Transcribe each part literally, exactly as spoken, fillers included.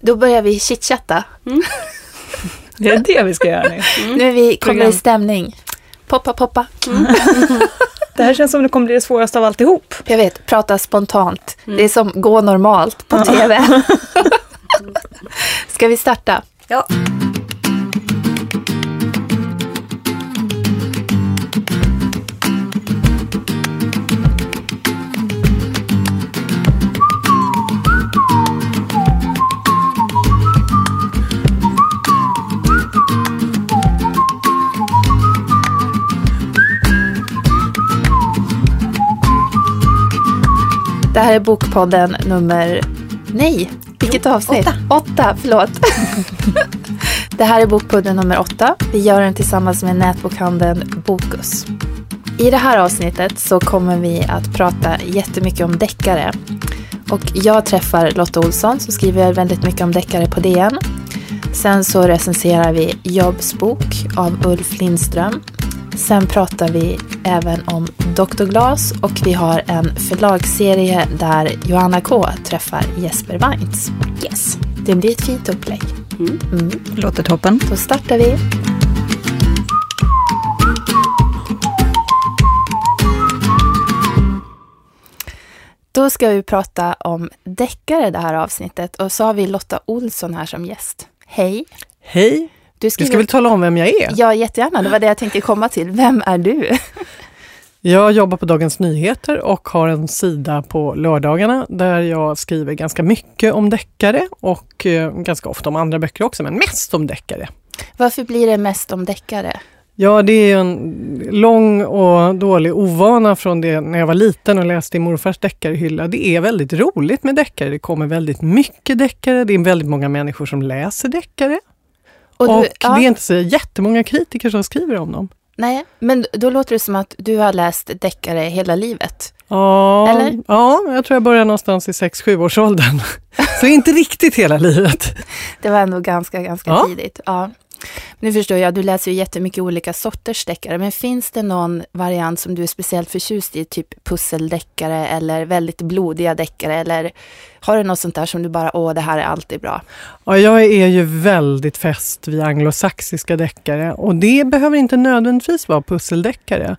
Då börjar vi chitchatta. Mm. Det är det vi ska göra nu. Mm. Nu är vi kommer i stämning. Poppa, poppa. Mm. Det här känns som det kommer bli det svåraste av alltihop. Jag vet, prata spontant. Mm. Det är som gå normalt på tv. Ska vi starta? Ja. Det här är Bokpodden nummer... Nej, vilket avsnitt? Åtta. Åtta, förlåt. Det här är Bokpodden nummer åtta. Vi gör den tillsammans med nätbokhandeln Bokus. I det här avsnittet så kommer vi att prata jättemycket om deckare. Och jag träffar Lotta Olsson som skriver väldigt mycket om deckare på D N. Sen så recenserar vi Jobs bok av Ulf Lindström. Sen pratar vi även om doktor Glas och vi har en förlagsserie där Johanna K träffar Jesper Weintz. Yes, det blir ett fint upplägg. Mm. Mm. Låter toppen. Då startar vi. Då ska vi prata om deckare det här avsnittet och så har vi Lotta Olsson här som gäst. Hej. Hej. Du, skriver... du ska väl tala om vem jag är? Ja, jättegärna. Det var det jag tänkte komma till. Vem är du? Jag jobbar på Dagens Nyheter och har en sida på lördagarna där jag skriver ganska mycket om deckare och eh, ganska ofta om andra böcker också, men mest om deckare. Varför blir det mest om deckare? Ja, det är en lång och dålig ovana från det när jag var liten och läste i morfars deckarhylla. Det är väldigt roligt med deckare. Det kommer väldigt mycket deckare. Det är väldigt många människor som läser deckare. Och, du, och ja. Det är inte så jättemånga kritiker som skriver om dem. Nej, men då låter det som att du har läst deckare hela livet. Ja, eller? Ja, jag tror jag började någonstans i sex sju års åldern. Så inte riktigt hela livet. Det var ändå ganska, ganska ja. tidigt. Ja. Nu förstår jag, du läser ju jättemycket olika sorters deckare. Men finns det någon variant som du är speciellt förtjust i? Typ pusseldeckare eller väldigt blodiga deckare? Eller har du något sånt där som du bara, åh det här är alltid bra? Ja, jag är ju väldigt fäst vid anglosaxiska deckare. Och det behöver inte nödvändigtvis vara pusseldeckare.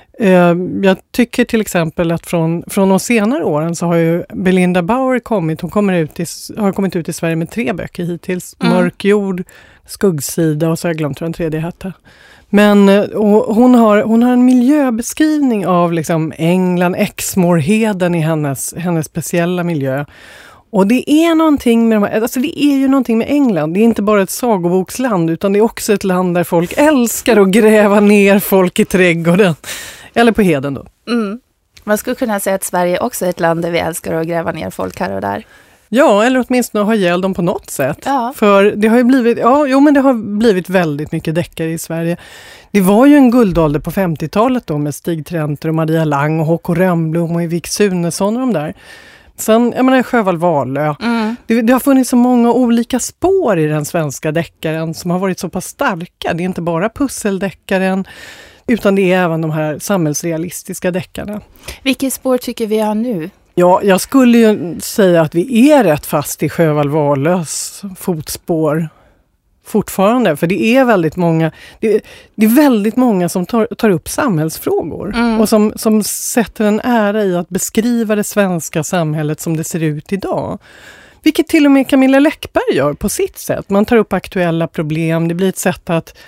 Jag tycker till exempel att från, från de senare åren så har ju Belinda Bauer kommit. Hon kommer ut i, har kommit ut i Sverige med tre böcker hittills. Mm. Mörk jord, Skuggsida och så har jag glömt vad den tredje hette. Men och hon, har, hon har en miljöbeskrivning av liksom England, Exmoorheden i hennes, hennes speciella miljö. Och det är någonting med de här, alltså det är ju någonting med England. Det är inte bara ett sagoboksland utan det är också ett land där folk älskar att gräva ner folk i trädgården. Eller på heden då. Mm. Man skulle kunna säga att Sverige också är ett land där vi älskar att gräva ner folk här och där. Ja, eller åtminstone ha ihjäl dem på något sätt. Ja. För det har ju blivit, ja, jo, men det har blivit väldigt mycket deckare i Sverige. Det var ju en guldålder på femtiotalet då med Stig Trenter och Maria Lang och Håkon Rönnblom och Evik Sunesson och de där. Sen, jag menar, Sjöwall Wahlöö. Mm. Det, det har funnits så många olika spår i den svenska deckaren som har varit så pass starka. Det är inte bara pusseldeckaren utan det är även de här samhällsrealistiska deckarna. Vilket spår tycker vi har nu? Ja, jag skulle ju säga att vi är rätt fast i Sjöwall Wahlöös fotspår fortfarande. För det är väldigt många, det, det är väldigt många som tar, tar upp samhällsfrågor. Mm. Och som, som sätter en ära i att beskriva det svenska samhället som det ser ut idag. Vilket till och med Camilla Läckberg gör på sitt sätt. Man tar upp aktuella problem. Det blir ett sätt att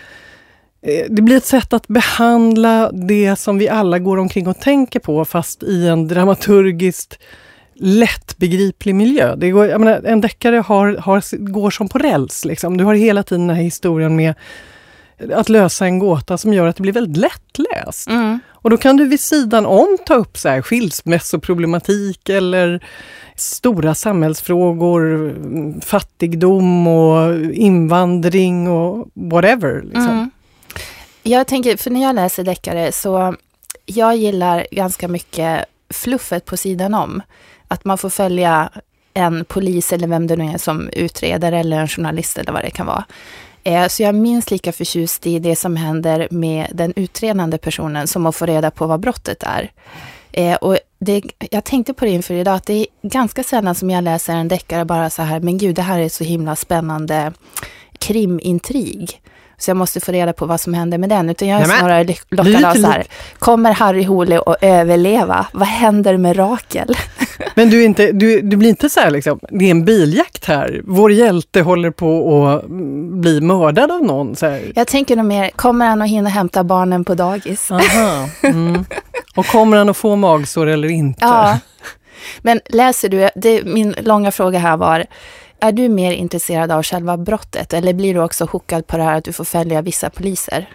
Det blir ett sätt att behandla det som vi alla går omkring och tänker på fast i en dramaturgiskt lättbegriplig miljö. Det går, jag menar, en deckare har, har, går som på räls. Liksom. Du har hela tiden den här historien med att lösa en gåta som gör att det blir väldigt lättläst. Mm. Och då kan du vid sidan om ta upp så här skilsmässoproblematik eller stora samhällsfrågor, fattigdom och invandring och whatever. Liksom. Mm. Jag tänker, för när jag läser deckare så jag gillar ganska mycket fluffet på sidan om. Att man får följa en polis eller vem det nu är som utreder eller en journalist eller vad det kan vara. Så jag är minst lika förtjust i det som händer med den utredande personen som att få reda på vad brottet är. Eh, och det, jag tänkte på det inför idag att det är ganska sällan som jag läser en deckare bara så här, men gud, det här är så himla spännande krimintrig. Så jag måste få reda på vad som händer med den. Utan jag är Nämen, snarare lockad av så här, kommer Harry Hole att överleva? Vad händer med Rakel? Men du, är inte, du, du blir inte så här liksom, det är en biljakt här. Vår hjälte håller på att bli mördad av någon. Så här. Jag tänker nog mer, kommer han att hinna hämta barnen på dagis? Aha, mm. Och kommer han att få magsår eller inte? Ja, men läser du, det, min långa fråga här var, är du mer intresserad av själva brottet eller blir du också chockad på det här att du får följa vissa poliser?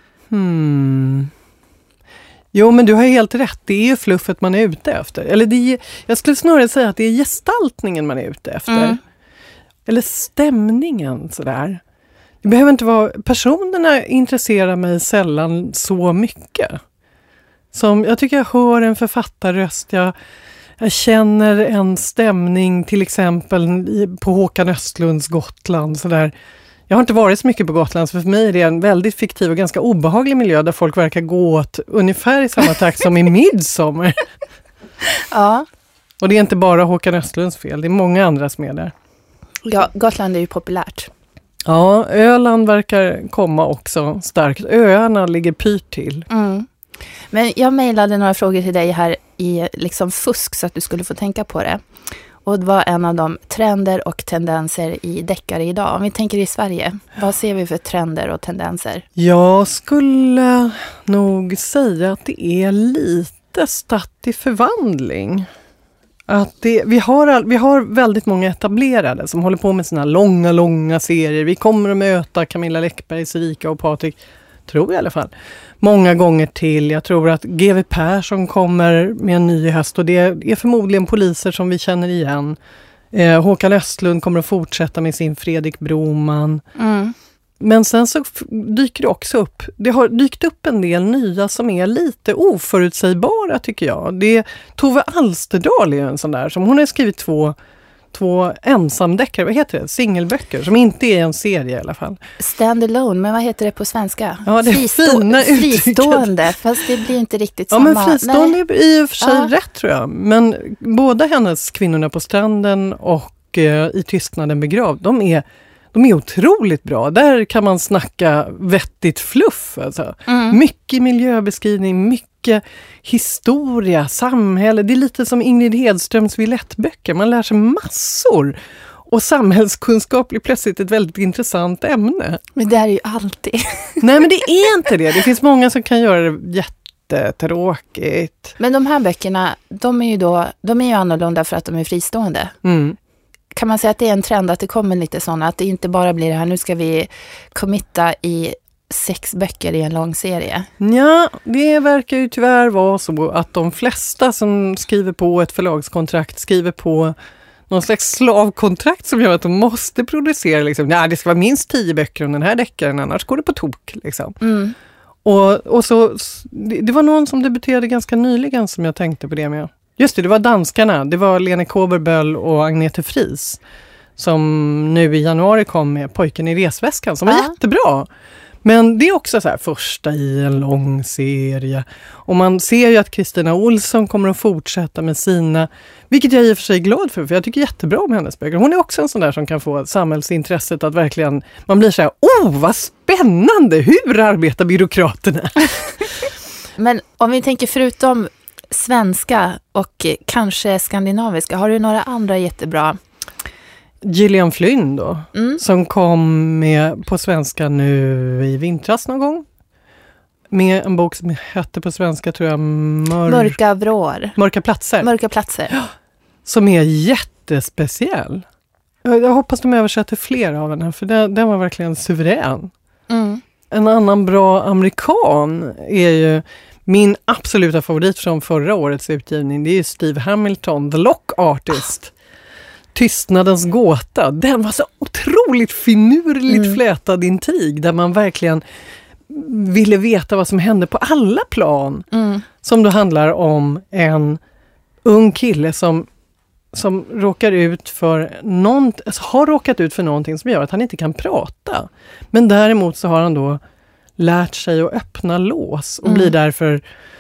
Hmm. Jo, men du har helt rätt. Det är ju fluffet man är ute efter. Eller det är, jag skulle snarare säga att det är gestaltningen man är ute efter. Mm. Eller stämningen sådär. Det behöver inte vara, personerna intresserar mig sällan så mycket. Som, jag tycker jag hör en författarröst, jag, jag känner en stämning till exempel på Håkan Östlunds Gotland. Sådär. Jag har inte varit så mycket på Gotland, så för mig är det en väldigt fiktiv och ganska obehaglig miljö där folk verkar gå åt ungefär i samma takt som i Midsommar. Ja. Och det är inte bara Håkan Östlunds fel, det är många andra som är där. Ja, Gotland är ju populärt. Ja, Öland verkar komma också starkt. Öarna ligger pyrt till. Mm. Men jag mejlade några frågor till dig här i liksom fusk så att du skulle få tänka på det. Och det var en av de trender och tendenser i deckare idag. Om vi tänker i Sverige, vad ser vi för trender och tendenser? Jag skulle nog säga att det är lite statt i förvandling. Att det, vi, har all, vi har väldigt många etablerade som håller på med sina långa, långa serier. Vi kommer att möta Camilla Läckberg, Erika och Patrik, tror jag i alla fall, många gånger till. Jag tror att G W Persson kommer med en ny höst och det är förmodligen poliser som vi känner igen. Eh, Håkan Östlund kommer att fortsätta med sin Fredrik Broman. Mm. Men sen så dyker det också upp, det har dykt upp en del nya som är lite oförutsägbara tycker jag. Det är Tove Alsterdal är en sån där, som hon har skrivit två två ensamdeckare, vad heter det? Singelböcker, som inte är en serie i alla fall. Stand alone, men vad heter det på svenska? Ja, det är Fristå- fina fristående, fast det blir inte riktigt ja, samma. Ja, men fristående är i och för sig ja. rätt tror jag. Men båda hennes Kvinnorna på stranden och eh, I tystnaden begravd, de är De är otroligt bra. Där kan man snacka vettigt fluff. Alltså. Mm. Mycket miljöbeskrivning, mycket historia, samhälle. Det är lite som Ingrid Hedströms Villettböcker. Man lär sig massor. Och samhällskunskap blir plötsligt ett väldigt intressant ämne. Men det är ju alltid. Nej, men det är inte det. Det finns många som kan göra det jättetråkigt. Men de här böckerna, de är ju då, de är ju annorlunda för att de är fristående. Mm. Kan man säga att det är en trend att det kommer lite sådana, att det inte bara blir det här, nu ska vi committa i sex böcker i en lång serie? Ja, det verkar ju tyvärr vara så att de flesta som skriver på ett förlagskontrakt skriver på någon slags slavkontrakt som gör att de måste producera liksom, nej, det ska vara minst tio böcker om den här deckaren, annars går det på tok liksom. Mm. Och, och så, det, det var någon som debuterade ganska nyligen som jag tänkte på det med. Just det, det var danskarna. Det var Lene Kåberböll och Agnete Fries som nu i januari kom med Pojken i resväskan som var ja. jättebra. Men det är också så här första i en lång serie. Och man ser ju att Kristina Olsson kommer att fortsätta med sina, vilket jag är i och för sig glad för, för jag tycker jättebra om hennes böcker. Hon är också en sån där som kan få samhällsintresset att verkligen, man blir så här, åh vad spännande, hur arbetar byråkraterna? Men om vi tänker förutom svenska och kanske skandinaviska, har du några andra jättebra? Gillian Flynn då, mm. som kom med på svenska nu i vintras någon gång. Med en bok som hette på svenska tror jag Mör... Mörka vrår. Mörka platser. Mörka platser. Ja, som är jättespeciell. Jag, jag hoppas de översätter fler av den här, för den, den var verkligen suverän. Mm. En annan bra amerikan är ju min absoluta favorit från förra årets utgivning. Det är ju Steve Hamilton, The Lock Artist. Tystnadens gåta. Den var så otroligt finurligt mm. flätad intrig där man verkligen ville veta vad som hände på alla plan. Mm. Som då handlar om en ung kille som, som råkar ut för någon, alltså har råkat ut för någonting som gör att han inte kan prata. Men däremot så har han då lärt sig att öppna lås och mm. blir därför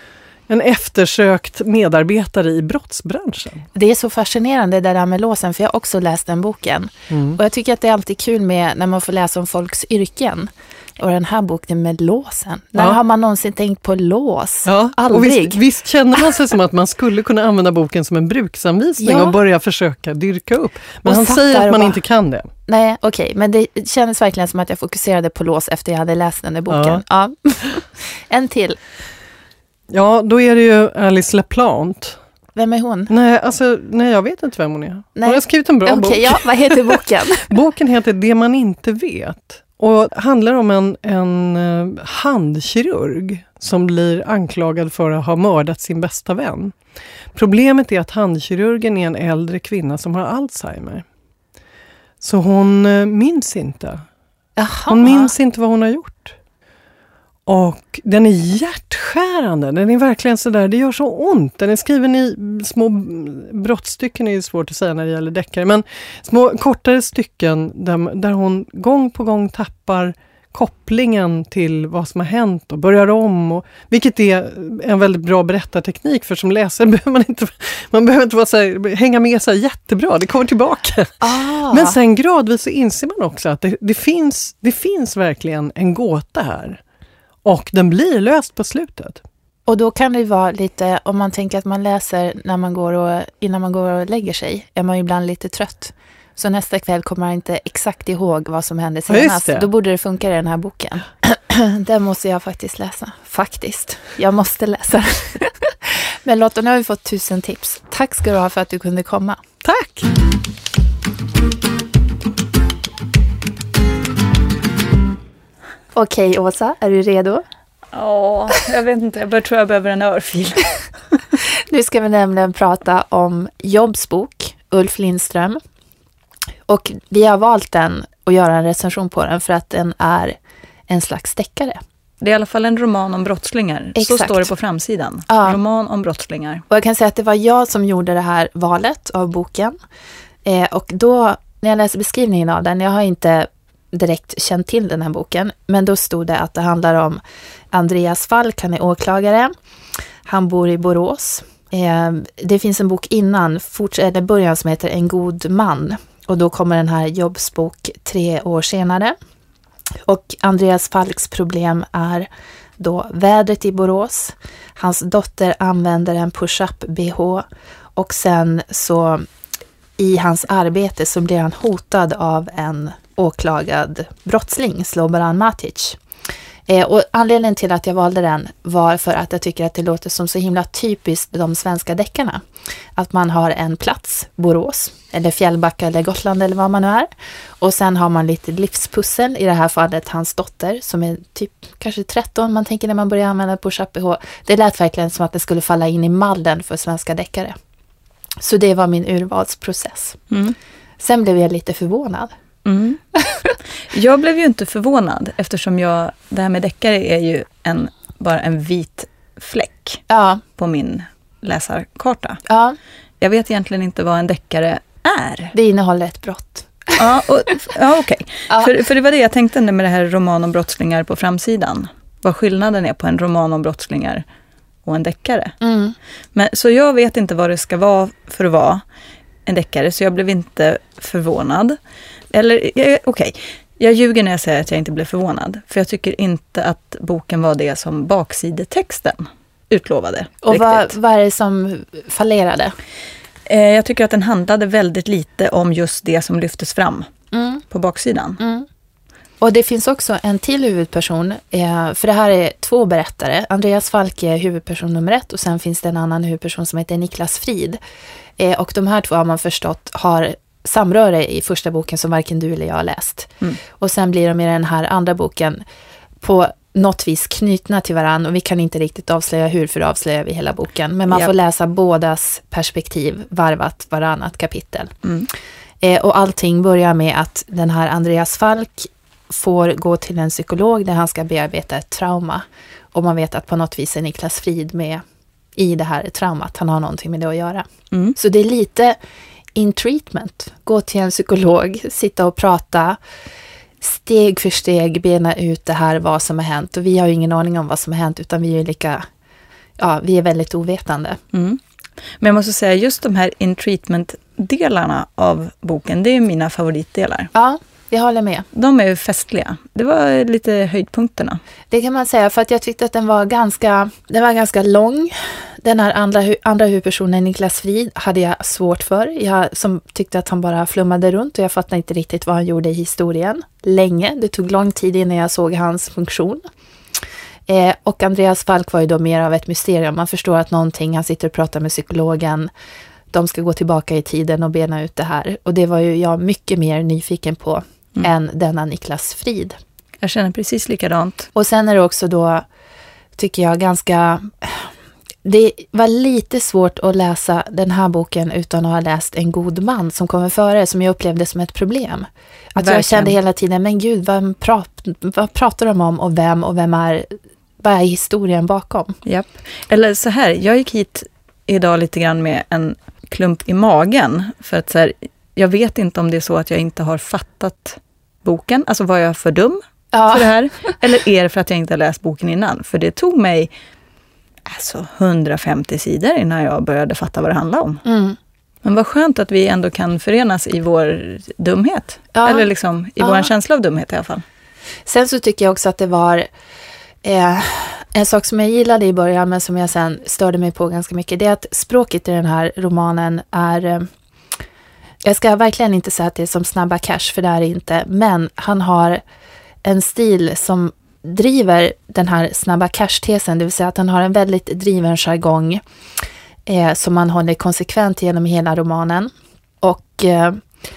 en eftersökt medarbetare i brottsbranschen. Det är så fascinerande det där med låsen, för jag har också läst den boken. Mm. Och jag tycker att det är alltid kul med när man får läsa om folks yrken. Och den här boken med låsen. När ja. har man någonsin tänkt på lås? Ja. Aldrig. Och visst, visst känner man sig som att man skulle kunna använda boken som en bruksanvisning ja. och börja försöka dyrka upp. Men och han säger att man bara, inte kan det. Nej, okej. Okay. Men det kändes verkligen som att jag fokuserade på lås efter jag hade läst den där boken. Ja. Ja. En till. Ja, då är det ju Alice LaPlante. Vem är hon? Nej, alltså, nej, jag vet inte vem hon är. Nej. Hon har skrivit en bra okay, bok. Ja, vad heter boken? Boken heter Det man inte vet. Och handlar om en, en uh, handkirurg som blir anklagad för att ha mördat sin bästa vän. Problemet är att handkirurgen är en äldre kvinna som har Alzheimer. Så hon uh, minns inte. Jaha. Hon minns inte vad hon har gjort. Och den är hjärtskärande. Den är verkligen så där, det gör så ont. Den är skriven i små brottstycken, är ju svårt att säga när det gäller deckare. Men små kortare stycken där, där hon gång på gång tappar kopplingen till vad som har hänt och börjar om. Och, vilket är en väldigt bra berättarteknik, för som läsare behöver man inte, man behöver inte vara så här, hänga med så här jättebra. Det kommer tillbaka. Ah. Men sen gradvis så inser man också att det, det, finns, det finns verkligen en gåta här. Och den blir löst på slutet. Och då kan det vara lite, om man tänker att man läser när man går och, innan man går och lägger sig, är man ibland lite trött. Så nästa kväll kommer man inte exakt ihåg vad som hände senast. Då borde det funka i den här boken. Den måste jag faktiskt läsa. Faktiskt. Jag måste läsa. Men Lotta, nu har vi fått tusen tips. Tack ska du ha för att du kunde komma. Tack! Okej, Åsa, är du redo? Ja, jag vet inte. Jag bör, tror jag behöver en örfil. Nu ska vi nämligen prata om Jobs bok, Ulf Lindström. Och vi har valt den och göra en recension på den för att den är en slags deckare. Det är i alla fall en roman om brottslingar. Exakt. Så står det på framsidan. Ja. Roman om brottslingar. Och jag kan säga att det var jag som gjorde det här valet av boken. Eh, och då, när jag läste beskrivningen av den, jag har inte direkt känt till den här boken, men då stod det att det handlar om Andreas Falk, han är åklagare. Han bor i Borås. Eh, det finns en bok innan, forts- eller början, som heter En god man. Och då kommer den här Jobs bok tre år senare. Och Andreas Falks problem är då vädret i Borås. Hans dotter använder en push-up-B H. Och sen så i hans arbete så blir han hotad av en åklagad brottsling, Slobodan Matic. Eh, och anledningen till att jag valde den var för att jag tycker att det låter som så himla typiskt de svenska deckarna. Att man har en plats, Borås, eller Fjällbacka eller Gotland eller vad man nu är. Och sen har man lite livspussel, i det här fallet hans dotter som är typ kanske tretton. Man tänker när man börjar använda push-up B H. Det lät verkligen som att det skulle falla in i mallen för svenska deckare. Så det var min urvalsprocess. Mm. Sen blev jag lite förvånad. Mm. Jag blev ju inte förvånad eftersom jag, det här med deckare är ju en, bara en vit fläck ja. på min läsarkarta. Ja. Jag vet egentligen inte vad en deckare är. Det innehåller ett brott. Ja, och, ja okej. Okay. Ja. För, för det var det jag tänkte med det här roman om brottslingar på framsidan. Vad skillnaden är på en roman om brottslingar och en deckare. Mm. Men, så jag vet inte vad det ska vara för att vara en deckare, så jag blev inte förvånad. Eller, okej, okay. Jag ljuger när jag säger att jag inte blev förvånad. För jag tycker inte att boken var det som baksidetexten utlovade. Och vad, vad är det som fallerade? Eh, jag tycker att den handlade väldigt lite om just det som lyftes fram mm. på baksidan. Mm. Och det finns också en till huvudperson, eh, för det här är två berättare. Andreas Falk är huvudperson nummer ett och sen finns det en annan huvudperson som heter Niklas Frid. Eh, och de här två har man förstått har samröre i första boken som varken du eller jag har läst. Mm. Och sen blir de i den här andra boken på något vis knutna till varandra och vi kan inte riktigt avslöja hur, för det avslöjar vi hela boken. Men man yep. får läsa bådas perspektiv varvat varannat kapitel. Mm. Eh, och allting börjar med att den här Andreas Falk får gå till en psykolog där han ska bearbeta ett trauma. Och man vet att på något vis är Niklas Frid med i det här traumat. Han har någonting med det att göra. Mm. Så det är lite in treatment. Gå till en psykolog, sitta och prata, steg för steg bena ut det här, vad som har hänt. Och vi har ju ingen aning om vad som har hänt, utan vi är lika ja, vi är väldigt ovetande. Mm. Men jag måste säga, just de här in treatment-delarna av boken, det är mina favoritdelar. Ja, jag håller med. De är ju festliga. Det var lite höjdpunkterna. Det kan man säga, för att jag tyckte att den var ganska, den var ganska lång. Den här andra, andra huvudpersonen, Niklas Frid, hade jag svårt för. Jag som tyckte att han bara flummade runt och jag fattade inte riktigt vad han gjorde i historien. Länge. Det tog lång tid innan jag såg hans funktion. Eh, och Andreas Falk var ju då mer av ett mysterium. Man förstår att någonting, han sitter och pratar med psykologen. De ska gå tillbaka i tiden och bena ut det här. Och det var ju jag mycket mer nyfiken på mm. än denna Niklas Frid. Jag känner precis likadant. Och sen är det också då, tycker jag, ganska... Det var lite svårt att läsa den här boken utan att ha läst En god man som kommer före, som jag upplevde som ett problem. Att Verkligen. Jag kände hela tiden, men gud, vad, prat, vad pratar de om och vem och vem är, vad är historien bakom? Japp. Eller så här, jag gick hit idag lite grann med en klump i magen. För att så här, jag vet inte om det är så att jag inte har fattat boken. Alltså var jag för dum ja. för det här? Eller är det för att jag inte har läst boken innan? För det tog mig alltså hundrafemtio sidor innan jag började fatta vad det handlar om. Mm. Men vad skönt att vi ändå kan förenas i vår dumhet. Ja. Eller liksom i ja. vår känsla av dumhet i alla fall. Sen så tycker jag också att det var eh, en sak som jag gillade i början men som jag sen störde mig på ganska mycket. Det är att språket i den här romanen är... Eh, jag ska verkligen inte säga att det är som Snabba Cash, för det är det inte. Men han har en stil som driver den här Snabba Cash-tesen. Det vill säga att han har en väldigt driven jargong eh, som man håller konsekvent genom hela romanen. Och eh,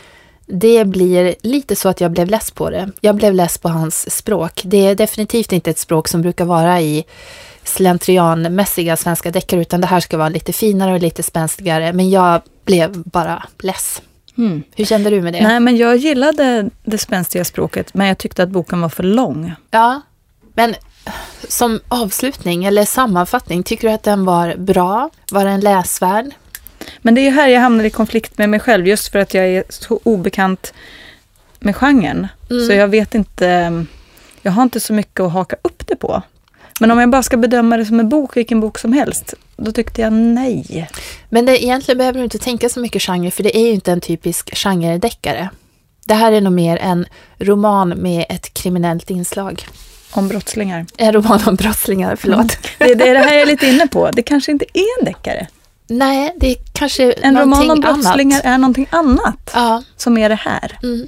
det blir lite så att jag blev less på det. Jag blev less på hans språk. Det är definitivt inte ett språk som brukar vara i slentrianmässiga svenska deckare, utan det här ska vara lite finare och lite spänstigare. Men jag blev bara less. Mm. Hur kände du med det? Nej, men jag gillade det spänstiga språket, men jag tyckte att boken var för lång. Ja, men som avslutning eller sammanfattning, tycker du att den var bra? Var den läsvärd? Men det är ju här jag hamnar i konflikt med mig själv, just för att jag är så obekant med genren. Mm. Så jag vet inte, jag har inte så mycket att haka upp det på. Men om jag bara ska bedöma det som en bok, vilken bok som helst, då tyckte jag nej. Men det, egentligen behöver du inte tänka så mycket genre, för det är ju inte en typisk genredeckare. Det här är nog mer en roman med ett kriminellt inslag. Om brottslingar. En roman om brottslingar, förlåt. Mm. Det, det är det här jag är lite inne på. Det kanske inte är en deckare. Nej, det är kanske en roman om brottslingar annat. Är någonting annat ja. Som är det här. Mm.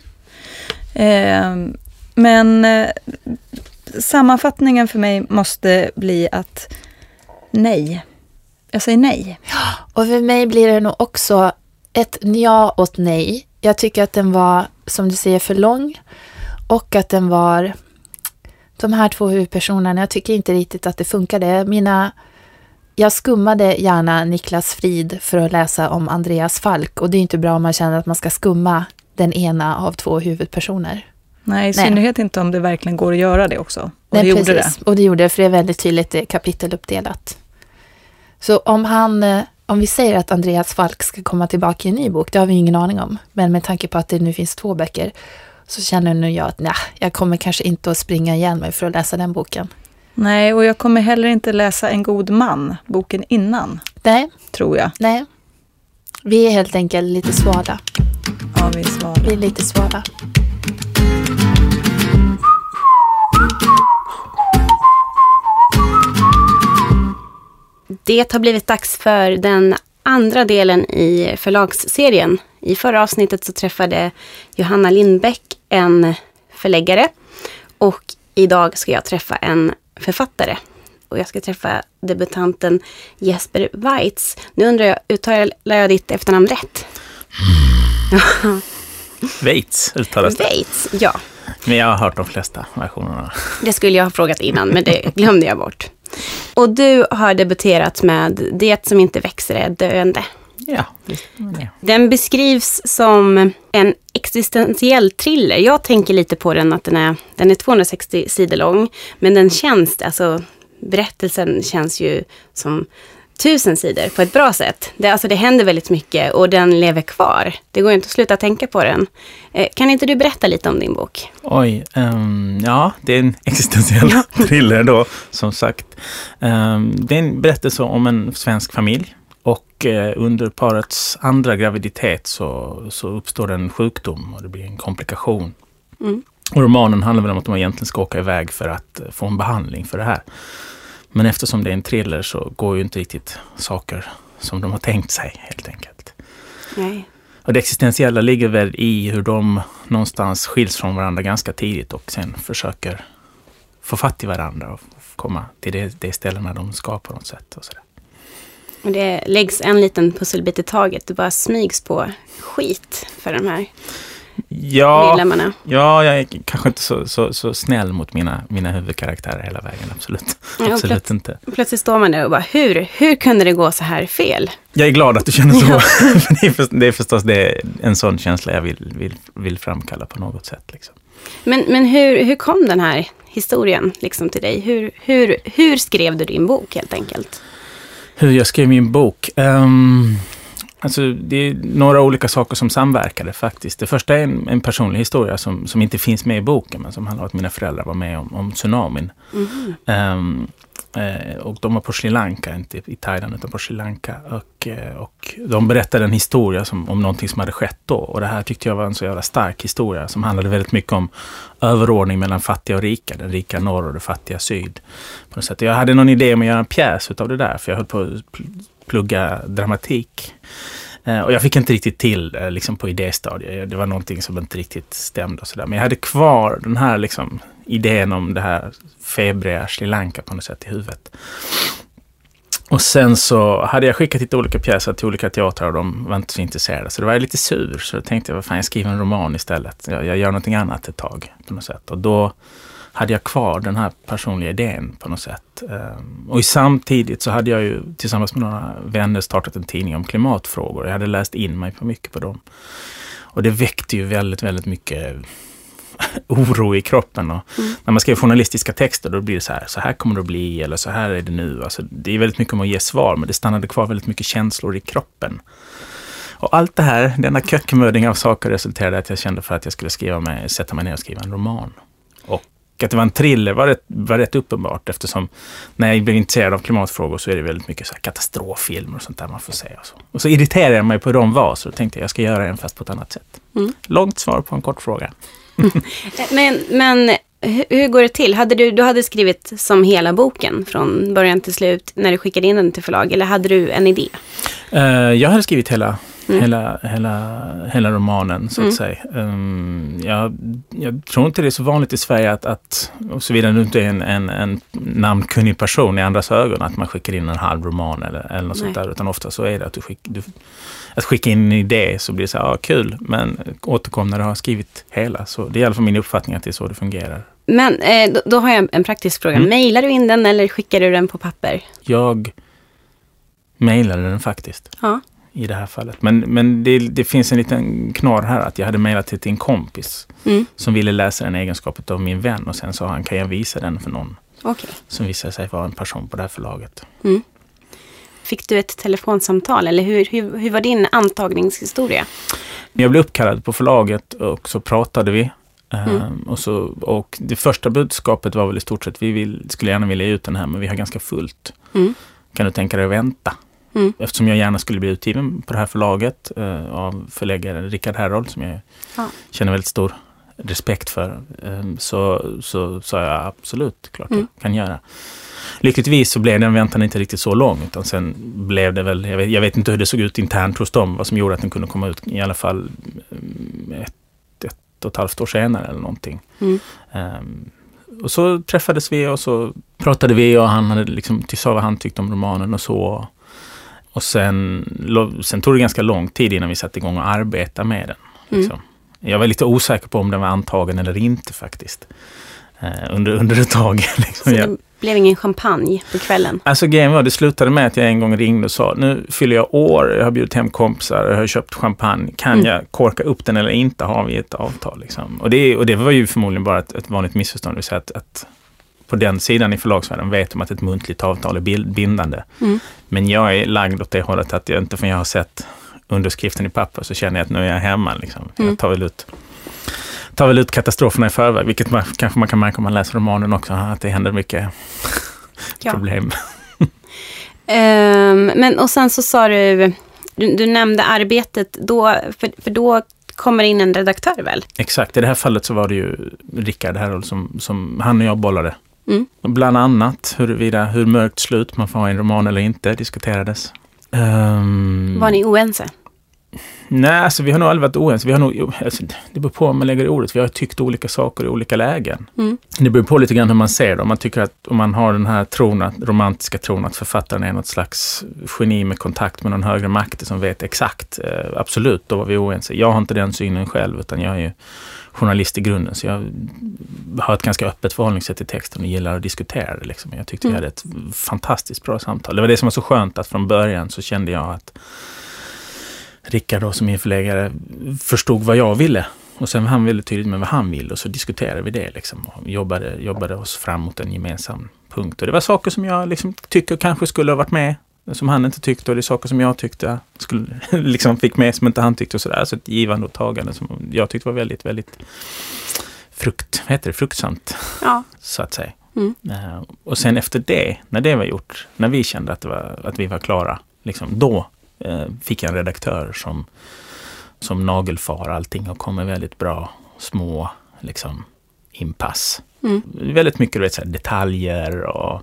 Eh, men eh, sammanfattningen för mig måste bli att nej. Jag säger nej. Och för mig blir det nog också ett ja åt nej. Jag tycker att den var, som du säger, för lång. Och att den var... De här två huvudpersonerna, jag tycker inte riktigt att det funkade. Mina... Jag skummade gärna Niklas Frid för att läsa om Andreas Falk. Och det är inte bra om man känner att man ska skumma den ena av två huvudpersoner. Nej, i synnerhet inte om det verkligen går att göra det också. Och Nej, det gjorde precis. det. Och det gjorde det, för det är väldigt tydligt det kapiteluppdelat. Så om han, om vi säger att Andreas Falk ska komma tillbaka i en ny bok, det har vi ingen aning om. Men med tanke på att det nu finns två böcker, så känner nu jag att nej, jag kommer kanske inte att springa igen mig för att läsa den boken. Nej, och jag kommer heller inte läsa En god man, boken innan. Nej. Tror jag. Nej. Vi är helt enkelt lite svala. Ja, vi är svala. Vi är lite svala. Det har blivit dags för den andra delen i förlagsserien. I förra avsnittet så träffade Johanna Lindbäck en förläggare. Och idag ska jag träffa en författare. Och jag ska träffa debutanten Jesper Weitz. Nu undrar jag, uttalar jag ditt efternamn rätt? Mm. Weitz uttalas det. Weitz, ja. Men jag har hört de flesta versionerna. Det skulle jag ha frågat innan, men det glömde jag bort. Och du har debuterat med Det som inte växer är döende. Ja, visst. Ja. Den beskrivs som en existentiell thriller. Jag tänker lite på den att den är, den är tvåhundrasextio sidor lång. Men den känns, alltså berättelsen känns ju som tusen sidor på ett bra sätt. Det, alltså det händer väldigt mycket och den lever kvar. Det går inte att sluta tänka på den. Eh, kan inte du berätta lite om din bok? Oj, um, ja, det är en existentiell thriller då, som sagt. Um, det är en berättelse om en svensk familj. Och eh, under parets andra graviditet så, så uppstår en sjukdom och det blir en komplikation. Mm. Och romanen handlar väl om att de egentligen ska åka iväg för att få en behandling för det här. Men eftersom det är en thriller så går ju inte riktigt saker som de har tänkt sig, helt enkelt. Nej. Och det existentiella ligger väl i hur de någonstans skiljs från varandra ganska tidigt och sen försöker få fatt i varandra och komma till det, det ställena de ska på något sätt och sådär. Och det läggs en liten pusselbit i taget. Det bara smygs på skit för de här ja, medlemmarna. Ja, jag är kanske inte så, så, så snäll mot mina, mina huvudkaraktärer hela vägen. Absolut, ja, absolut plöts- inte. Plötsligt står man där och bara, hur, hur kunde det gå så här fel? Jag är glad att du känner så. Ja. det, är för, det är förstås det, en sån känsla jag vill, vill, vill framkalla på något sätt. Liksom. Men, men hur, hur kom den här historien liksom till dig? Hur, hur, hur skrev du din bok helt enkelt? Hur jag skrev min bok? Um, alltså det är några olika saker som samverkade faktiskt. Det första är en, en personlig historia som, som inte finns med i boken, men som handlar om att mina föräldrar var med om, om tsunamin. Mm. Um, eh, och de var på Sri Lanka, inte i Thailand utan på Sri Lanka. Och, eh, och de berättade en historia som, om någonting som hade skett då. Och det här tyckte jag var en så jävla stark historia som handlade väldigt mycket om överordning mellan fattiga och rika. Den rika norr och det fattiga syd. På något sätt. Jag hade någon idé om att göra en pjäs utav det där, för jag höll på att plugga dramatik. Eh, och jag fick inte riktigt till eh, liksom på idéstadiet. Det var någonting som inte riktigt stämde och sådär. Men jag hade kvar den här liksom, idén om det här febriga Sri Lanka på något sätt i huvudet. Och sen så hade jag skickat lite olika pjäser till olika teatrar och de var inte så intresserade. Så det var jag lite sur. Så jag tänkte jag, vad fan, jag skriver en roman istället. Jag, jag gör någonting annat ett tag på något sätt. Och då hade jag kvar den här personliga idén på något sätt. Och samtidigt så hade jag ju tillsammans med några vänner startat en tidning om klimatfrågor. Jag hade läst in mig på mycket på dem. Och det väckte ju väldigt, väldigt mycket oro i kroppen. Och mm. när man skriver journalistiska texter då blir det så här, så här kommer det att bli eller så här är det nu. Alltså, det är väldigt mycket om att ge svar, men det stannade kvar väldigt mycket känslor i kroppen. Och allt det här, denna kökmöding av saker resulterade i att jag kände för att jag skulle skriva mig, sätta mig ner och skriva en roman. Och att det var en thriller var rätt, var rätt uppenbart, eftersom när jag blev intresserad av klimatfrågor så är det väldigt mycket så här katastroffilmer och sånt där man får se. Och så, och så irriterade jag mig på hur de var, så tänkte jag jag ska göra en fast på ett annat sätt. Mm. Långt svar på en kort fråga. men, men hur går det till? Hade du, du hade skrivit som hela boken från början till slut när du skickade in den till förlag, eller hade du en idé? Uh, jag hade skrivit hela, mm. hela, hela, hela romanen så att mm. säga. Um, jag, jag tror inte det är så vanligt i Sverige att, att och så vidare du inte är en, en, en namnkunnig person i andras ögon, att man skickar in en halv roman eller, eller något Nej. sånt där, utan ofta så är det att du skickar du, att skicka in en idé så blir det så här, ja, kul, men återkom när du har skrivit hela. Så det är i alla fall min uppfattning att det är så det fungerar. Men eh, då, då har jag en praktisk fråga. Mm. Mailar du in den eller skickar du den på papper? Jag mejlade den faktiskt. Ja. I det här fallet. Men, men det, det finns en liten knorr här att jag hade mejlat till en kompis mm. som ville läsa den egenskapet av min vän, och sen sa han, kan jag visa den för någon okay. som visade sig vara en person på det här förlaget. Mm. Fick du ett telefonsamtal eller hur, hur, hur var din antagningshistoria? Jag blev uppkallad på förlaget och så pratade vi. Mm. Um, och, så, och det första budskapet var väl i stort sett, vi vill, skulle gärna vilja ge ut den här, men vi har ganska fullt. Mm. Kan du tänka dig att vänta? Mm. Eftersom jag gärna skulle bli utgiven på det här förlaget uh, av förläggaren Rickard Herrold, som jag ja. känner väldigt stor respekt för, um, så så sa jag absolut, klart mm. jag kan göra. Lyckligtvis så blev den väntan inte riktigt så lång, utan sen blev det väl, jag vet, jag vet inte hur det såg ut internt hos dem, vad som gjorde att den kunde komma ut i alla fall ett, ett och ett halvt år senare eller någonting. Mm. Um, och så träffades vi och så pratade vi, och han hade liksom sa vad han tyckte om romanen och så. Och sen, sen tog det ganska lång tid innan vi satte igång och arbeta med den. Liksom. Mm. Jag var lite osäker på om den var antagen eller inte faktiskt. Uh, under, under ett tag. Liksom. Så det blev ingen champagne på kvällen? Alltså grejen var, det slutade med att jag en gång ringde och sa, nu fyller jag år, jag har bjudit hem kompisar, jag har köpt champagne, kan mm. jag korka upp den eller inte, har vi ett avtal liksom. Och det, och det var ju förmodligen bara ett, ett vanligt missförstånd, det vill säga att, att på den sidan i förlagsvärlden vet de att ett muntligt avtal är bindande. Mm. Men jag är lagd åt det hållet att jag inte, för jag har sett underskriften i papper, så känner jag att nu är jag hemma. Liksom. Mm. Jag tar väl ut tar väl ut katastroferna i förväg, vilket man, kanske man kan märka om man läser romanen också, att det händer mycket ja. problem. um, men och sen så sa du, du, du nämnde arbetet då, för, för då kommer in en redaktör väl? Exakt, i det här fallet så var det ju Rickard Herrold som, som han och jag bollade. Mm. Bland annat huruvida, hur mörkt slut man får ha i en roman eller inte diskuterades. Um, var ni oense? Nej, alltså vi har nog aldrig varit oense. Vi har nog, alltså, det beror på om man lägger i ordet. Vi har tyckt olika saker i olika lägen. Mm. Det beror på lite grann hur man ser det. Om man tycker att om man har den här tron, att, romantiska tron att författaren är något slags geni med kontakt med någon högre makt som vet exakt, eh, absolut, då var vi oense. Jag har inte den synen själv, utan jag är ju journalist i grunden, så jag har ett ganska öppet förhållningssätt till texten och gillar att diskutera det. Liksom. Jag tyckte mm. vi hade ett fantastiskt bra samtal. Det var det som var så skönt, att från början så kände jag att Rickard då, som min förläggare, förstod vad jag ville. Och sen var han väldigt tydlig med vad han ville, och så diskuterade vi det liksom, och jobbade, jobbade oss fram mot en gemensam punkt. Och det var saker som jag liksom tycker kanske skulle ha varit med, som han inte tyckte, och det är saker som jag tyckte skulle, liksom fick med som inte han tyckte och sådär. Så ett givande och tagande som jag tyckte var väldigt, väldigt frukt, vad heter det, fruktsamt, ja. så att säga. Mm. Uh, och sen efter det, när det var gjort, när vi kände att, det var, att vi var klara, liksom, då uh, fick jag en redaktör som, som nagelfar allting och kommer väldigt bra små liksom, inpass. Mm. Väldigt mycket, du vet, så här, detaljer, och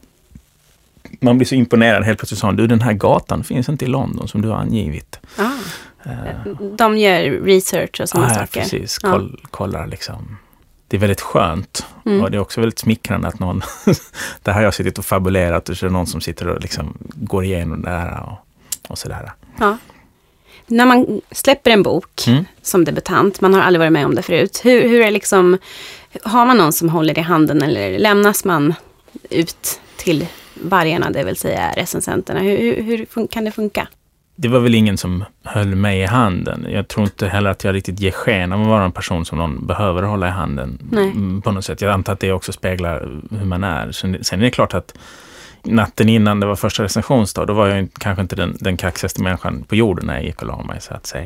man blir så imponerad. Helt plötsligt sa han, du, den här gatan finns inte i London som du har angivit. Ah. Uh, De gör research och sådana ah, saker. Ja, precis. Koll, ja. Kollar liksom. Det är väldigt skönt. Mm. Och det är också väldigt smickrande att någon, där har jag suttit och fabulerat, och så är det någon som sitter och liksom går igenom det här och, och sådär. Ja. När man släpper en bok mm. som debutant, man har aldrig varit med om det förut. Hur, hur är liksom, har man någon som håller i handen, eller lämnas man ut till vargarna, det vill säga recensenterna? Hur, hur, hur fun- kan det funka? Det var väl ingen som höll mig i handen. Jag tror inte heller att jag riktigt ger sken av att vara en person som någon behöver hålla i handen. Nej. På något sätt. Jag antar att det också speglar hur man är. Sen är det klart att natten innan det var första recensionsdag, då var jag kanske inte den, den kaxigaste människan på jorden när jag gick och la mig, så att säga.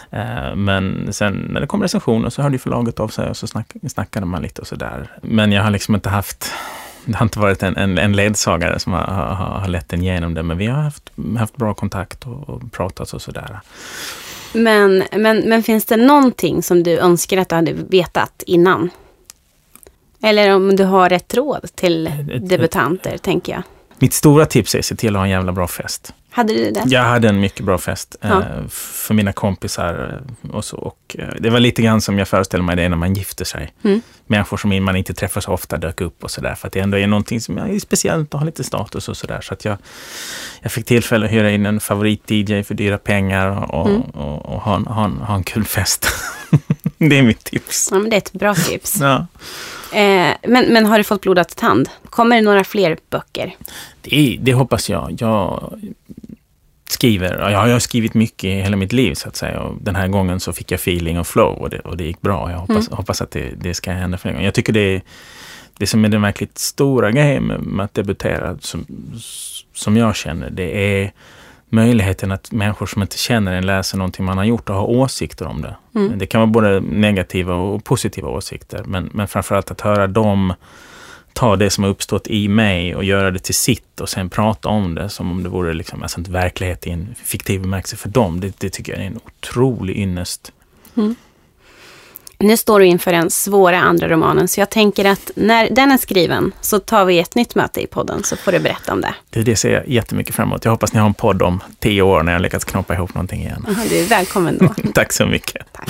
Men sen när det kom recensioner så hörde ju förlaget av sig, och så snack, snackade man lite och sådär. Men jag har liksom inte haft... Det har inte varit en, en, en ledsagare som har, har, har lett en igenom det, men vi har haft, haft bra kontakt och, och pratat och sådär. Men, men, men finns det någonting som du önskar att du hade vetat innan? Eller om du har ett råd till ett, debutanter, ett, tänker jag. Mitt stora tips är att se till att ha en jävla bra fest. Hade du det? Jag hade en mycket bra fest ja. eh, för mina kompisar och så. Och, eh, det var lite grann som jag föreställer mig det när man gifter sig. Mm. Människor som man inte träffar så ofta dök upp och sådär. För att det ändå är någonting som är speciellt och har lite status och sådär. Så att jag, jag fick tillfälle att hyra in en favorit-D J för dyra pengar och, mm. och, och, och ha, en, ha, en, ha en kul fest. Det är mitt tips. Ja, men det är ett bra tips. Ja. Eh, men, men har du fått blodad tand? Kommer det några fler böcker? Det, det hoppas jag. Jag skriver, jag har skrivit mycket i hela mitt liv, så att säga. Och den här gången så fick jag feeling och flow, och det, och det gick bra. Jag hoppas, mm. hoppas att det, det ska hända för en gång. Jag tycker det är det som är den verkligt stora grejen med, med att debutera, som, som jag känner, det är möjligheten att människor som inte känner en läser någonting man har gjort och har åsikter om det. Mm. Det kan vara både negativa och positiva åsikter, men, men framförallt att höra dem ta det som har uppstått i mig och göra det till sitt, och sen prata om det som om det vore liksom, alltså inte verklighet i en fiktiv bemärkelse för dem. Det, det tycker jag är en otrolig ynnest. Mm. Nu står du inför en svåra andra romanen, så jag tänker att när den är skriven så tar vi ett nytt möte i podden, så får du berätta om det. Det, det ser jag jättemycket fram emot. Jag hoppas ni har en podd om tio år när jag lyckats knoppa ihop någonting igen. Aha, du är välkommen då. Tack så mycket. Tack.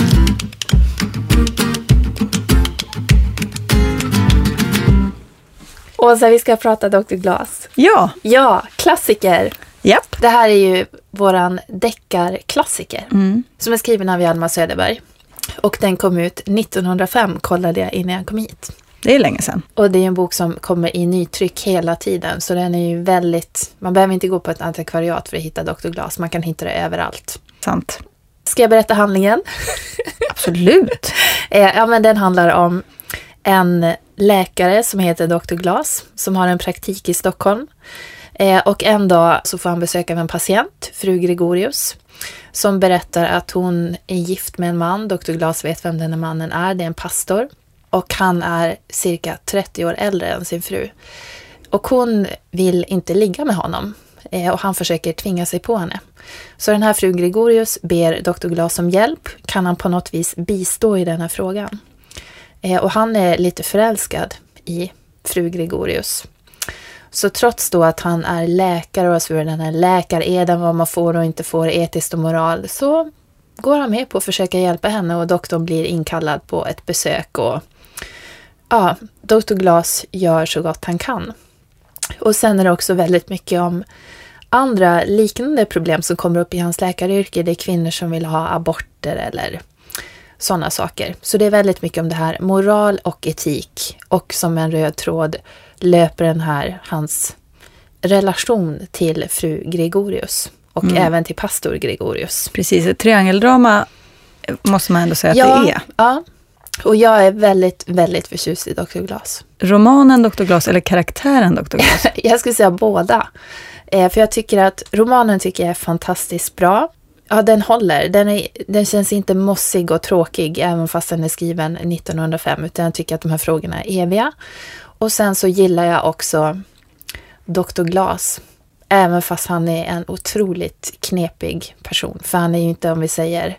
Åsa, vi ska prata doktor Glas. Ja. Ja, klassiker. Japp. Det här är ju våran deckarklassiker. Mm. Som är skriven av Hjalmar Söderberg. Och den kom ut nittonhundrafem, kollade jag innan jag kom hit. Det är länge sedan. Och det är en bok som kommer i nytryck hela tiden. Så den är ju väldigt... Man behöver inte gå på ett antikvariat för att hitta doktor Glas. Man kan hitta det överallt. Sant. Ska jag berätta handlingen? Absolut. Ja, men den handlar om en läkare som heter doktor Glas som har en praktik i Stockholm. Eh, och en dag så får han besöka av en patient, fru Gregorius, som berättar att hon är gift med en man. doktor Glas vet vem den här mannen är, det är en pastor. Och han är cirka trettio år äldre än sin fru. Och hon vill inte ligga med honom. Eh, och han försöker tvinga sig på henne. Så den här fru Gregorius ber doktor Glas om hjälp. Kan han på något vis bistå i den här frågan? Eh, och han är lite förälskad i fru Gregorius. Så trots då att han är läkare och så den här läkareden, vad man får och inte får, etiskt och moral, så går han med på att försöka hjälpa henne och doktorn blir inkallad på ett besök och ja, doktor Glas gör så gott han kan. Och sen är det också väldigt mycket om andra liknande problem som kommer upp i hans läkaryrke. Det är kvinnor som vill ha aborter eller sådana saker. Så det är väldigt mycket om det här moral och etik. Och som en röd tråd löper den här hans relation till fru Gregorius. Och mm. även till pastor Gregorius. Precis, ett triangeldrama måste man ändå säga ja, att det är. Ja, och jag är väldigt, väldigt förtjust i doktor Glas. Romanen doktor Glas eller karaktären doktor Glas? Jag skulle säga båda. Eh, för jag tycker att romanen tycker jag är fantastiskt bra. Ja, den håller. Den, är, den känns inte mossig och tråkig även fast den är skriven nittonhundrafem. Utan jag tycker att de här frågorna är eviga. Och sen så gillar jag också doktor Glas. Även fast han är en otroligt knepig person. För han är ju inte, om vi säger,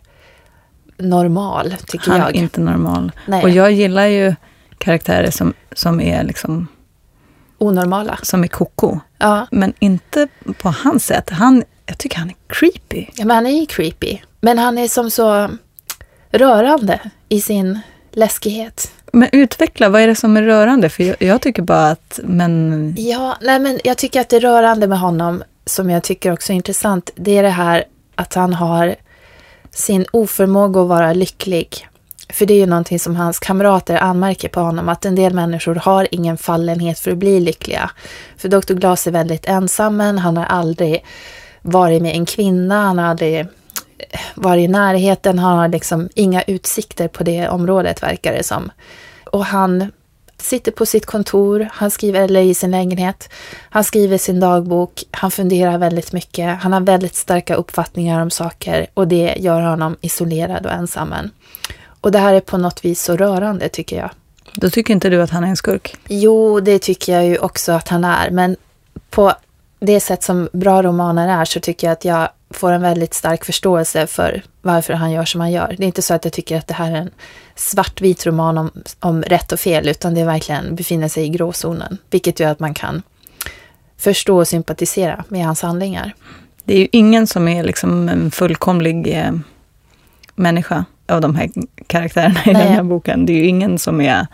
normal, tycker han jag. Han är inte normal. Nej. Och jag gillar ju karaktärer som, som är liksom... onormala. Som är koko. Ja. Men inte på hans sätt. Han, jag tycker han är creepy. Ja, men han är ju creepy. Men han är som så rörande i sin läskighet. Men utveckla, vad är det som är rörande? För jag, jag tycker bara att... Men... Ja, nej men jag tycker att det är rörande med honom, som jag tycker också är intressant, det är det här att han har sin oförmåga att vara lycklig. För det är ju någonting som hans kamrater anmärker på honom, att en del människor har ingen fallenhet för att bli lyckliga. För doktor Glas är väldigt ensam, han har aldrig varit med en kvinna, han har aldrig varit i närheten, han har liksom inga utsikter på det området, verkar det som. Och han sitter på sitt kontor, han skriver, eller i sin lägenhet, han skriver sin dagbok, han funderar väldigt mycket, han har väldigt starka uppfattningar om saker och det gör honom isolerad och ensam. Och det här är på något vis så rörande, tycker jag. Då tycker inte du att han är en skurk? Jo, det tycker jag ju också att han är, men på det sätt som bra romaner är så tycker jag att jag får en väldigt stark förståelse för varför han gör som han gör. Det är inte så att jag tycker att det här är en svartvit roman om, om rätt och fel, utan det verkligen befinner sig i gråzonen. Vilket gör att man kan förstå och sympatisera med hans handlingar. Det är ju ingen som är liksom en fullkomlig eh, människa av de här karaktärerna i Nej. den här boken. Det är ju ingen som är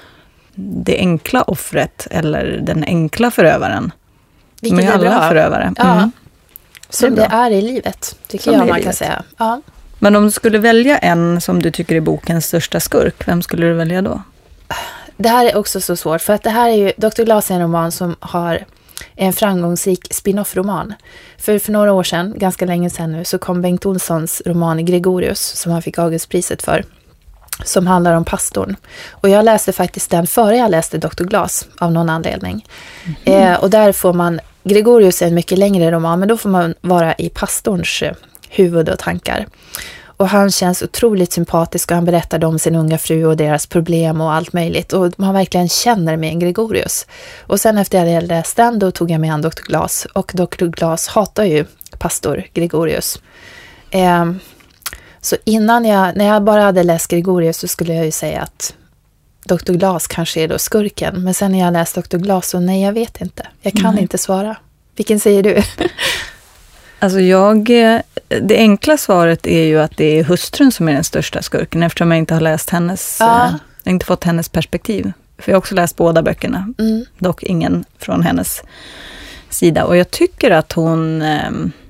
det enkla offret eller den enkla förövaren. Vilket de är, är alla bra. förövare. Ja. Mm. Som det, det är i livet, tycker som jag man kan säga. Ja. Men om du skulle välja en som du tycker är bokens största skurk, vem skulle du välja då? Det här är också så svårt, för att det här är ju, doktor Glas är en roman som har en framgångsrik spin-off-roman. För för några år sedan, ganska länge sedan nu, så kom Bengt Olssons roman Gregorius, som han fick Augustpriset för, som handlar om pastorn. Och jag läste faktiskt den före jag läste doktor Glas, av någon anledning. Mm. Eh, och där får man, Gregorius är en mycket längre roman, men då får man vara i pastorns huvud och tankar. Och han känns otroligt sympatisk och han berättade om sin unga fru och deras problem och allt möjligt. Och man verkligen känner med en Gregorius. Och sen efter jag hade läst den, då tog jag med en doktor Glas. Och doktor Glas hatar ju pastor Gregorius. Eh, så innan jag, när jag bara hade läst Gregorius, så skulle jag ju säga att doktor Glas kanske är då skurken. Men sen när jag läst doktor Glas, så nej, jag vet inte. Jag kan mm. inte svara. Vilken säger du? Alltså jag, det enkla svaret är ju att det är hustrun som är den största skurken, eftersom jag inte har läst hennes, ja. jag har inte fått hennes perspektiv. För jag har också läst båda böckerna, mm. dock ingen från hennes sida. Och jag tycker att hon eh,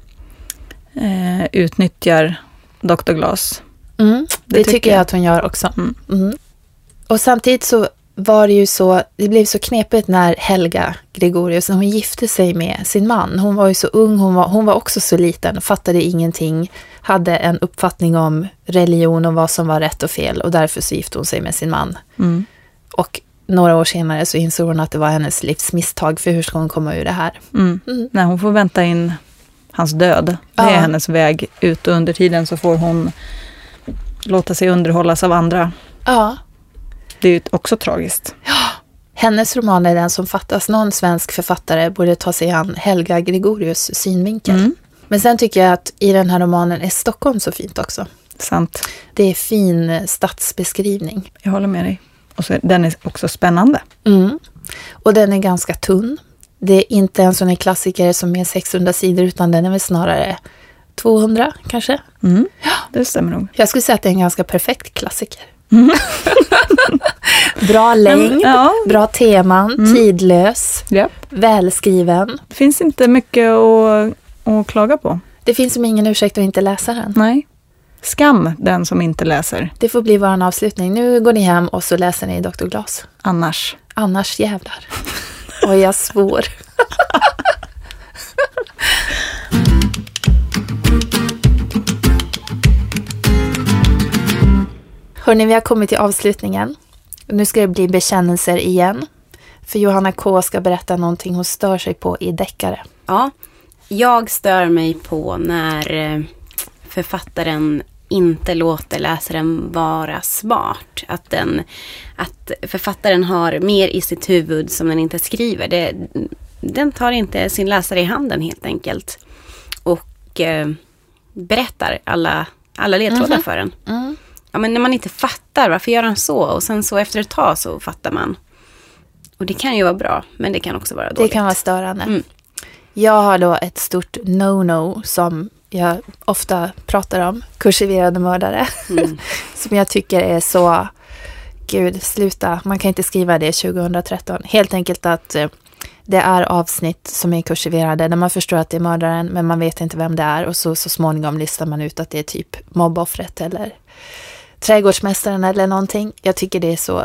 utnyttjar doktor Glas. Mm, det, det tycker, tycker jag att hon gör också. Mm. Mm. Och samtidigt så var det ju så, det blev så knepigt när Helga Gregorius, när hon gifte sig med sin man. Hon var ju så ung, hon var, hon var också så liten, fattade ingenting, hade en uppfattning om religion och vad som var rätt och fel, och därför så gifte hon sig med sin man. Mm. Och några år senare så insåg hon att det var hennes livs misstag, för hur ska hon komma ur det här? Mm. Mm. Nej, hon får vänta in hans död. Det ja. är hennes väg ut, och under tiden så får hon låta sig underhållas av andra. Ja. Det är ju också tragiskt. Ja. Hennes roman är den som fattas. Någon svensk författare borde ta sig an Helga Gregorius synvinkel. Mm. Men sen tycker jag att i den här romanen är Stockholm så fint också. Sant. Det är fin stadsbeskrivning. Jag håller med dig. Och så, den är också spännande. Mm. Och den är ganska tunn. Det är inte en sån här klassiker som är sexhundra sidor, utan den är väl snarare tvåhundra kanske. Mm. Ja, det stämmer nog. Jag skulle säga att det är en ganska perfekt klassiker. Mm. Bra längd, ja. Bra teman, mm. tidlös, yep. välskriven. Det finns inte mycket att, att klaga på. Det finns som ingen ursäkt att inte läsa den. Nej. Skam den som inte läser. Det får bli vår avslutning. Nu går ni hem och så läser ni doktor Glas. Annars. Annars jävlar. Och jag svår. Hörrni, vi har kommit till avslutningen. Nu ska det bli bekännelser igen. För Johanna K. ska berätta någonting hon stör sig på i deckare. Ja, jag stör mig på när författaren inte låter läsaren vara smart. Att, den, att författaren har mer i sitt huvud som den inte skriver. Det, den tar inte sin läsare i handen helt enkelt. Och eh, berättar alla, alla ledtrådar mm-hmm. för en. Mm. Ja, men när man inte fattar, varför gör han så? Och sen så efter ett tag så fattar man. Och det kan ju vara bra, men det kan också vara dåligt. Det kan vara störande. Mm. Jag har då ett stort no-no som jag ofta pratar om. Kursiverade mördare. Mm. Som jag tycker är så... Gud, sluta. Man kan inte skriva det tjugohundratretton. Helt enkelt att det är avsnitt som är kursiverade där man förstår att det är mördaren, men man vet inte vem det är. Och så, så småningom listar man ut att det är typ mobboffret eller trädgårdsmästaren eller någonting. Jag tycker det är så...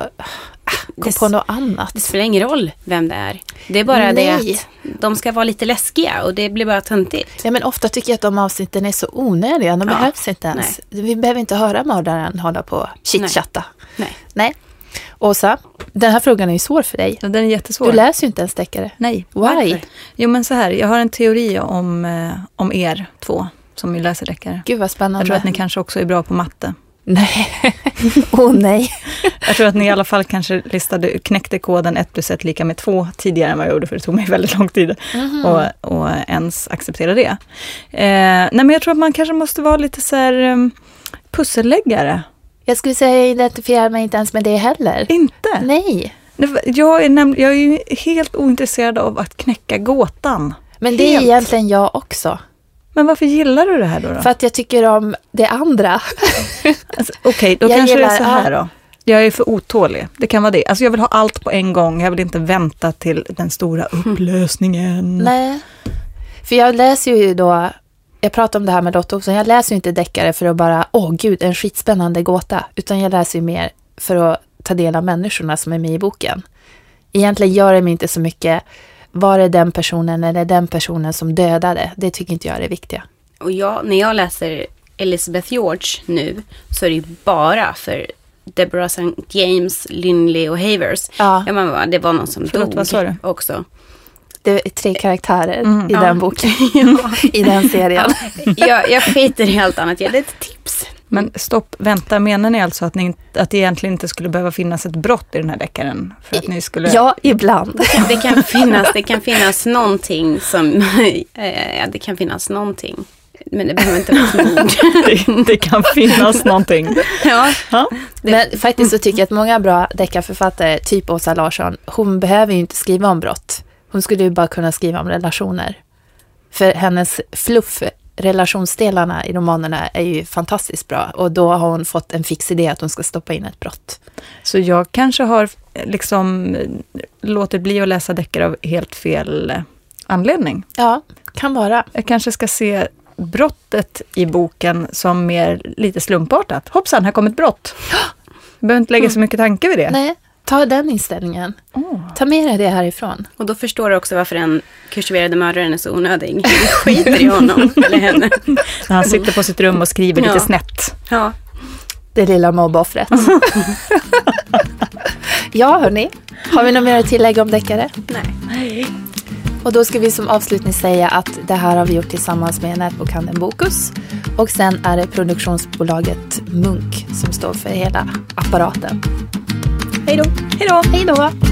Kom det, på något annat. Det spelar ingen roll vem det är. Det är bara Nej. det att de ska vara lite läskiga och det blir bara töntigt. Ja, men ofta tycker jag att de avsnitten är så onödiga. De ja. behövs inte ens. Nej. Vi behöver inte höra mördaren hålla på chitchatta. Nej. Nej. Åsa, den här frågan är ju svår för dig. Ja, den är jättesvår. Du läser ju inte ens deckare. Nej. Why? Varför? Jo, men så här. Jag har en teori om, eh, om er två som vill läsa deckare. Gud vad spännande. Jag tror att ni kanske också är bra på matte. Nej. Åh oh, nej. Jag tror att ni i alla fall kanske listade, knäckte koden ett plus ett lika med två tidigare än vad jag gjorde, för det tog mig väldigt lång tid mm. och, och ens acceptera det. Eh, nej, men jag tror att man kanske måste vara lite så här um, pusselläggare. Jag skulle säga jag identifierar mig inte ens med det heller. Inte? Nej. Jag är, näm- jag är ju helt ointresserad av att knäcka gåtan. Men det helt. är egentligen jag också. Men varför gillar du det här då? då? För att jag tycker om det andra. Alltså, Okej, okay, då jag kanske gillar, det är så här då. Jag är för otålig. Det kan vara det. Alltså jag vill ha allt på en gång. Jag vill inte vänta till den stora upplösningen. Nej. För jag läser ju då... Jag pratar om det här med Lotta Olsson. Jag läser ju inte deckare för att bara... Åh gud, en skitspännande gåta. Utan jag läser ju mer för att ta del av människorna som är med i boken. Egentligen gör det mig inte så mycket... Var det den personen eller den personen som dödade? Det tycker inte jag är det viktiga. Och jag, när jag läser Elizabeth George nu så är det ju bara för Deborah Saint James, Lynley och Havers. Ja. Ja, men det var någon som Förlåt, dog vad sa du? också. Det är tre karaktärer mm. i ja. den boken. Ja. I den serien. Ja. jag, jag skiter i helt annat. Jag, det är ett tips. Men stopp, vänta, menar ni alltså att, ni, att det egentligen inte skulle behöva finnas ett brott i den här deckaren? För att ni skulle... Ja, ibland. Det kan, det kan, finnas, det kan finnas någonting som... Ja, det kan finnas någonting. Men det behöver inte vara mord. det, det kan finnas någonting. Ja. ja. Men faktiskt så tycker jag att många bra deckarförfattare, typ Åsa Larsson, hon behöver ju inte skriva om brott. Hon skulle ju bara kunna skriva om relationer. För hennes fluff... relationsdelarna i romanerna är ju fantastiskt bra. Och då har hon fått en fix idé att hon ska stoppa in ett brott. Så jag kanske har liksom låtit bli att läsa deckare av helt fel anledning. Ja, kan vara. Jag kanske ska se brottet i boken som mer lite slumpartat. Hoppsan, här kommer ett brott. Jag behöver inte lägga mm. så mycket tanke vid det. Nej. Ta den inställningen. Oh. Ta med dig det härifrån. Och då förstår du också varför den kursiverade mördaren är så onödig. Du skiter i honom eller henne. När han sitter på sitt rum och skriver ja. lite snett. Ja. Det lilla mobboffret. Ja, hörni. Har vi något mer att tillägga om deckare? Nej. Och då ska vi som avslutning säga att det här har vi gjort tillsammans med nätbokhandeln Bokus. Och sen är det produktionsbolaget Munk som står för hela apparaten. Hej då! Hej då! Hej då!